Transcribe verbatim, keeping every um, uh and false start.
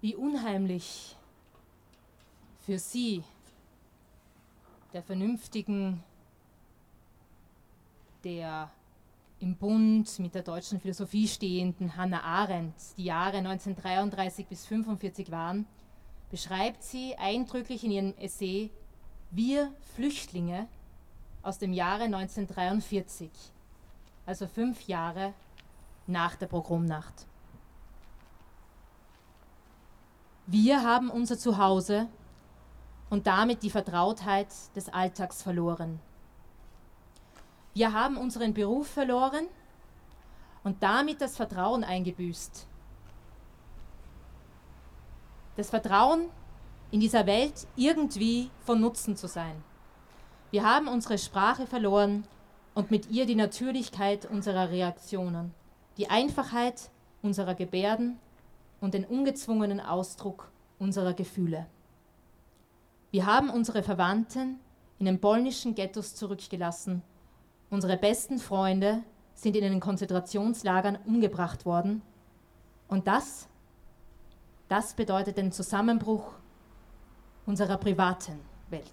Wie unheimlich für Sie, der Vernünftigen, der im Bund mit der deutschen Philosophie stehenden Hannah Arendt, die Jahre neunzehnhundertdreiunddreißig bis fünfundvierzig waren, beschreibt sie eindrücklich in ihrem Essay Wir Flüchtlinge aus dem Jahre neunzehnhundertdreiundvierzig, also fünf Jahre nach der Pogromnacht. Wir haben unser Zuhause und damit die Vertrautheit des Alltags verloren. Wir haben unseren Beruf verloren und damit das Vertrauen eingebüßt. Das Vertrauen, in dieser Welt irgendwie von Nutzen zu sein. Wir haben unsere Sprache verloren und mit ihr die Natürlichkeit unserer Reaktionen, die Einfachheit unserer Gebärden und den ungezwungenen Ausdruck unserer Gefühle. Wir haben unsere Verwandten in den polnischen Ghettos zurückgelassen. Unsere besten Freunde sind in den Konzentrationslagern umgebracht worden. Und das, das bedeutet den Zusammenbruch unserer privaten Welt.